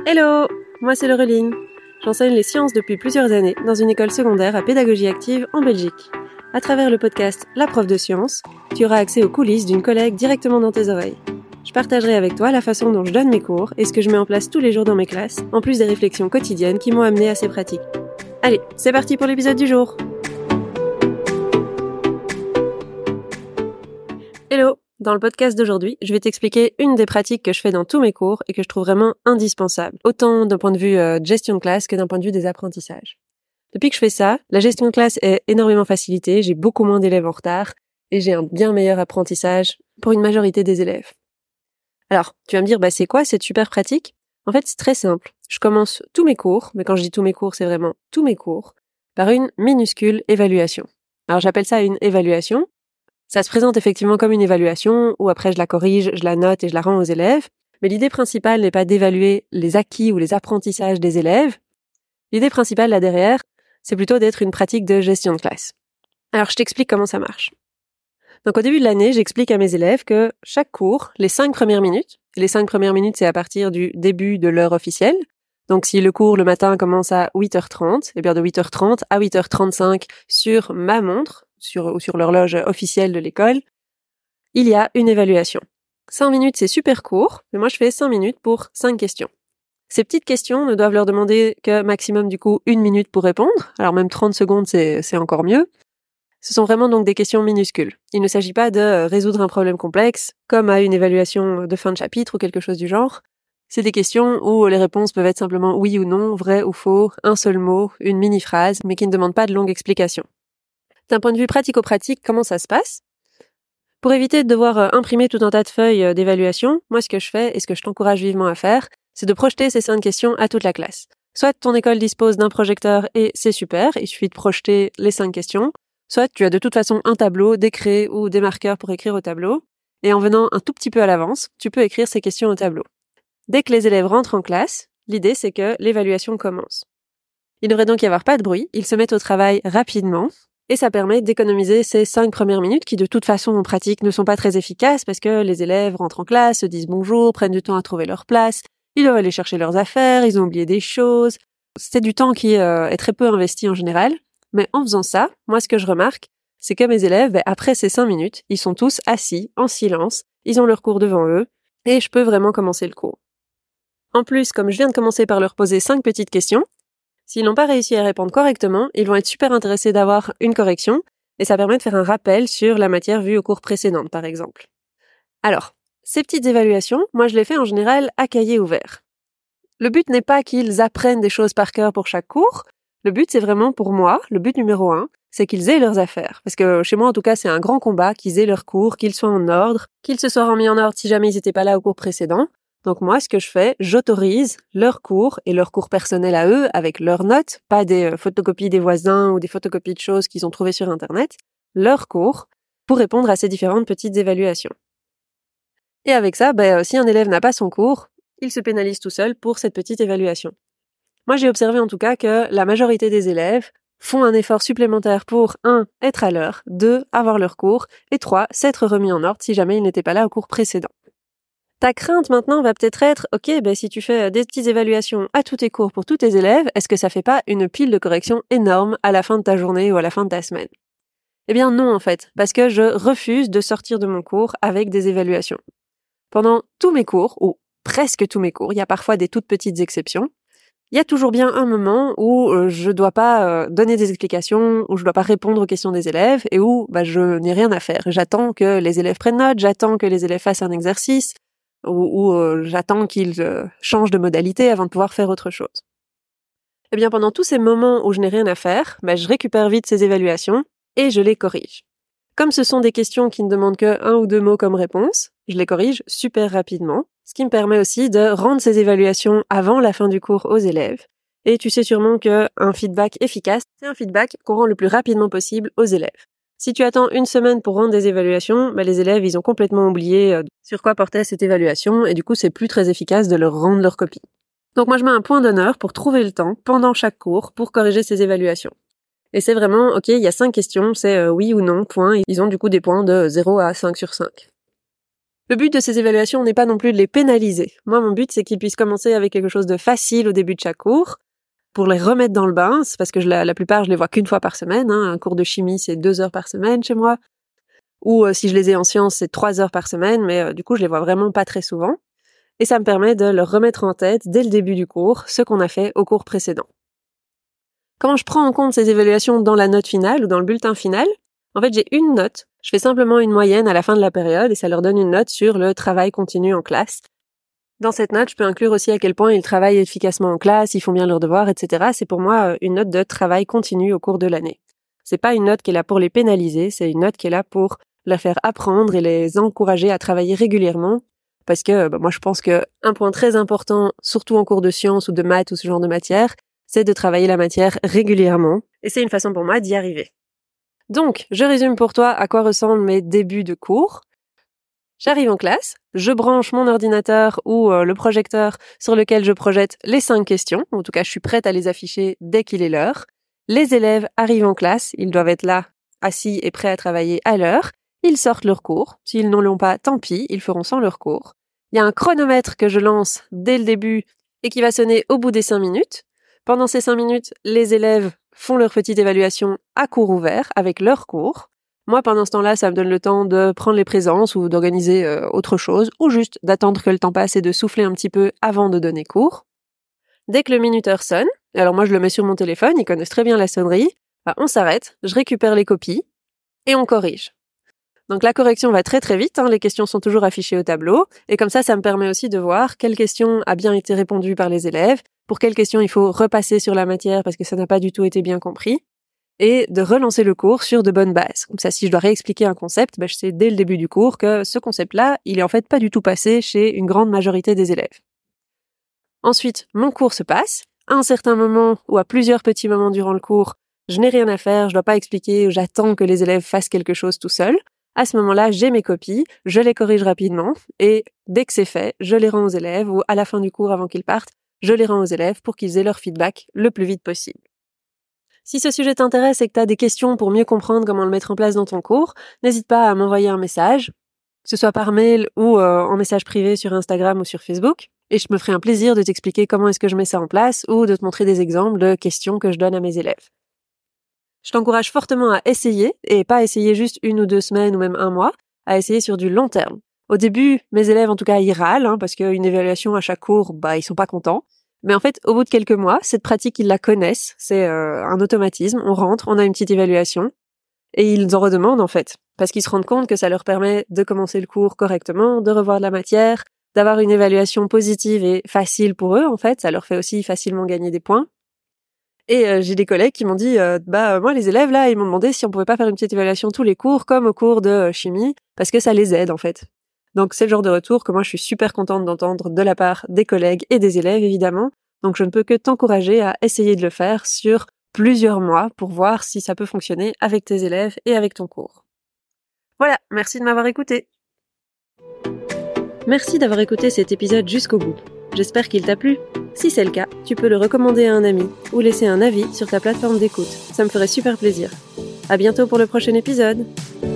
Hello, moi c'est Laureline. J'enseigne les sciences depuis plusieurs années dans une école secondaire à pédagogie active en Belgique. À travers le podcast La prof de sciences, tu auras accès aux coulisses d'une collègue directement dans tes oreilles. Je partagerai avec toi la façon dont je donne mes cours et ce que je mets en place tous les jours dans mes classes, en plus des réflexions quotidiennes qui m'ont amené à ces pratiques. Allez, c'est parti pour l'épisode du jour. Hello, dans le podcast d'aujourd'hui, je vais t'expliquer une des pratiques que je fais dans tous mes cours et que je trouve vraiment indispensable, autant d'un point de vue de gestion de classe que d'un point de vue des apprentissages. Depuis que je fais ça, la gestion de classe est énormément facilitée, j'ai beaucoup moins d'élèves en retard et j'ai un bien meilleur apprentissage pour une majorité des élèves. Alors, tu vas me dire, c'est quoi cette super pratique ? En fait, c'est très simple. Je commence tous mes cours, mais quand je dis tous mes cours, c'est vraiment tous mes cours, par une minuscule évaluation. Alors, j'appelle ça une évaluation. Ça se présente effectivement comme une évaluation, où après je la corrige, je la note et je la rends aux élèves. Mais l'idée principale n'est pas d'évaluer les acquis ou les apprentissages des élèves. L'idée principale là derrière, c'est plutôt d'être une pratique de gestion de classe. Alors, je t'explique comment ça marche. Donc, au début de l'année, j'explique à mes élèves que chaque cours, les 5 premières minutes, et les 5 premières minutes, c'est à partir du début de l'heure officielle. Donc, si le cours le matin commence à 8h30, eh bien de 8h30 à 8h35 sur ma montre, ou sur l'horloge officielle de l'école, il y a une évaluation. 5 minutes, c'est super court, mais moi je fais 5 minutes pour 5 questions. Ces petites questions ne doivent leur demander que maximum du coup 1 minute pour répondre, alors même 30 secondes c'est encore mieux. Ce sont vraiment donc des questions minuscules. Il ne s'agit pas de résoudre un problème complexe, comme à une évaluation de fin de chapitre ou quelque chose du genre. C'est des questions où les réponses peuvent être simplement oui ou non, vrai ou faux, un seul mot, une mini-phrase, mais qui ne demandent pas de longues explications. D'un point de vue pratico-pratique, comment ça se passe ? Pour éviter de devoir imprimer tout un tas de feuilles d'évaluation, moi ce que je fais et ce que je t'encourage vivement à faire, c'est de projeter ces 5 questions à toute la classe. Soit ton école dispose d'un projecteur et c'est super, il suffit de projeter les 5 questions, soit tu as de toute façon un tableau, des craies ou des marqueurs pour écrire au tableau, et en venant un tout petit peu à l'avance, tu peux écrire ces questions au tableau. Dès que les élèves rentrent en classe, l'idée c'est que l'évaluation commence. Il ne devrait donc y avoir pas de bruit, ils se mettent au travail rapidement, et ça permet d'économiser ces 5 premières minutes qui de toute façon en pratique ne sont pas très efficaces parce que les élèves rentrent en classe, se disent bonjour, prennent du temps à trouver leur place, ils doivent aller chercher leurs affaires, ils ont oublié des choses. C'est du temps qui est très peu investi en général, mais en faisant ça, moi ce que je remarque, c'est que mes élèves, après ces 5 minutes, ils sont tous assis, en silence, ils ont leur cours devant eux, et je peux vraiment commencer le cours. En plus, comme je viens de commencer par leur poser 5 petites questions, s'ils n'ont pas réussi à répondre correctement, ils vont être super intéressés d'avoir une correction, et ça permet de faire un rappel sur la matière vue au cours précédent, par exemple. Alors, ces petites évaluations, moi je les fais en général à cahier ouvert. Le but n'est pas qu'ils apprennent des choses par cœur pour chaque cours, le but c'est vraiment pour moi, le but numéro 1, c'est qu'ils aient leurs affaires. Parce que chez moi en tout cas c'est un grand combat qu'ils aient leurs cours, qu'ils soient en ordre, qu'ils se soient remis en ordre si jamais ils n'étaient pas là au cours précédent. Donc moi, ce que je fais, j'autorise leurs cours et leurs cours personnels à eux avec leurs notes, pas des photocopies des voisins ou des photocopies de choses qu'ils ont trouvées sur Internet, leurs cours pour répondre à ces différentes petites évaluations. Et avec ça, si un élève n'a pas son cours, il se pénalise tout seul pour cette petite évaluation. Moi, j'ai observé en tout cas que la majorité des élèves font un effort supplémentaire pour 1. Être à l'heure, 2. Avoir leur cours, et 3. S'être remis en ordre si jamais ils n'étaient pas là au cours précédent. Ta crainte maintenant va peut-être être, si tu fais des petites évaluations à tous tes cours pour tous tes élèves, est-ce que ça fait pas une pile de corrections énorme à la fin de ta journée ou à la fin de ta semaine ? Eh bien non en fait, parce que je refuse de sortir de mon cours avec des évaluations. Pendant tous mes cours, ou presque tous mes cours, il y a parfois des toutes petites exceptions, il y a toujours bien un moment où je dois pas donner des explications, où je dois pas répondre aux questions des élèves, et où je n'ai rien à faire. J'attends que les élèves prennent note, j'attends que les élèves fassent un exercice, ou j'attends qu'ils changent de modalité avant de pouvoir faire autre chose. Eh bien, pendant tous ces moments où je n'ai rien à faire, je récupère vite ces évaluations et je les corrige. Comme ce sont des questions qui ne demandent que 1 ou 2 mots comme réponse, je les corrige super rapidement, ce qui me permet aussi de rendre ces évaluations avant la fin du cours aux élèves. Et tu sais sûrement qu'un feedback efficace, c'est un feedback qu'on rend le plus rapidement possible aux élèves. Si tu attends 1 semaine pour rendre des évaluations, les élèves, ils ont complètement oublié sur quoi portait cette évaluation et du coup, c'est plus très efficace de leur rendre leur copie. Donc moi, je mets un point d'honneur pour trouver le temps pendant chaque cours pour corriger ces évaluations. Et c'est vraiment, il y a 5 questions, c'est oui ou non, point. Ils ont du coup des points de 0 à 5 sur 5. Le but de ces évaluations n'est pas non plus de les pénaliser. Moi, mon but, c'est qu'ils puissent commencer avec quelque chose de facile au début de chaque cours, pour les remettre dans le bain, c'est parce que la plupart, je les vois qu'une fois par semaine. Un cours de chimie, c'est 2 heures par semaine chez moi. Ou si je les ai en sciences, c'est 3 heures par semaine, mais du coup, je les vois vraiment pas très souvent. Et ça me permet de leur remettre en tête, dès le début du cours, ce qu'on a fait au cours précédent. Quand je prends en compte ces évaluations dans la note finale ou dans le bulletin final, en fait, j'ai une note. Je fais simplement une moyenne à la fin de la période et ça leur donne une note sur le travail continu en classe. Dans cette note, je peux inclure aussi à quel point ils travaillent efficacement en classe, ils font bien leurs devoirs, etc. C'est pour moi une note de travail continu au cours de l'année. C'est pas une note qui est là pour les pénaliser, c'est une note qui est là pour leur faire apprendre et les encourager à travailler régulièrement. Parce que moi, je pense que un point très important, surtout en cours de sciences ou de maths ou ce genre de matière, c'est de travailler la matière régulièrement. Et c'est une façon pour moi d'y arriver. Donc, je résume pour toi à quoi ressemblent mes débuts de cours. J'arrive en classe, je branche mon ordinateur ou le projecteur sur lequel je projette les 5 questions. En tout cas, je suis prête à les afficher dès qu'il est l'heure. Les élèves arrivent en classe, ils doivent être là, assis et prêts à travailler à l'heure. Ils sortent leur cours. S'ils n'en l'ont pas, tant pis, ils feront sans leur cours. Il y a un chronomètre que je lance dès le début et qui va sonner au bout des 5 minutes. Pendant ces 5 minutes, les élèves font leur petite évaluation à cours ouvert avec leur cours. Moi, pendant ce temps-là, ça me donne le temps de prendre les présences ou d'organiser autre chose, ou juste d'attendre que le temps passe et de souffler un petit peu avant de donner cours. Dès que le minuteur sonne, alors moi je le mets sur mon téléphone, ils connaissent très bien la sonnerie, on s'arrête, je récupère les copies et on corrige. Donc la correction va très très vite, les questions sont toujours affichées au tableau, et comme ça me permet aussi de voir quelle question a bien été répondue par les élèves, pour quelle question il faut repasser sur la matière parce que ça n'a pas du tout été bien compris, et de relancer le cours sur de bonnes bases. Comme ça, si je dois réexpliquer un concept, je sais dès le début du cours que ce concept-là, il est en fait pas du tout passé chez une grande majorité des élèves. Ensuite, mon cours se passe. À un certain moment ou à plusieurs petits moments durant le cours, je n'ai rien à faire, je dois pas expliquer, j'attends que les élèves fassent quelque chose tout seuls. À ce moment-là, j'ai mes copies, je les corrige rapidement et dès que c'est fait, je les rends aux élèves ou à la fin du cours avant qu'ils partent, je les rends aux élèves pour qu'ils aient leur feedback le plus vite possible. Si ce sujet t'intéresse et que tu as des questions pour mieux comprendre comment le mettre en place dans ton cours, n'hésite pas à m'envoyer un message, que ce soit par mail ou en message privé sur Instagram ou sur Facebook, et je me ferai un plaisir de t'expliquer comment est-ce que je mets ça en place ou de te montrer des exemples de questions que je donne à mes élèves. Je t'encourage fortement à essayer, et pas essayer juste 1 ou 2 semaines ou même 1 mois, à essayer sur du long terme. Au début, mes élèves en tout cas ils râlent, parce qu'une évaluation à chaque cours, ils sont pas contents. Mais en fait, au bout de quelques mois, cette pratique, ils la connaissent, c'est un automatisme, on rentre, on a une petite évaluation, et ils en redemandent en fait, parce qu'ils se rendent compte que ça leur permet de commencer le cours correctement, de revoir de la matière, d'avoir une évaluation positive et facile pour eux en fait, ça leur fait aussi facilement gagner des points. Et j'ai des collègues qui m'ont dit moi les élèves là, ils m'ont demandé si on pouvait pas faire une petite évaluation tous les cours comme au cours de chimie parce que ça les aide en fait. Donc c'est le genre de retour que moi je suis super contente d'entendre de la part des collègues et des élèves évidemment. Donc je ne peux que t'encourager à essayer de le faire sur plusieurs mois pour voir si ça peut fonctionner avec tes élèves et avec ton cours. Voilà, merci de m'avoir écouté. Merci d'avoir écouté cet épisode jusqu'au bout. J'espère qu'il t'a plu. Si c'est le cas, tu peux le recommander à un ami ou laisser un avis sur ta plateforme d'écoute. Ça me ferait super plaisir. À bientôt pour le prochain épisode.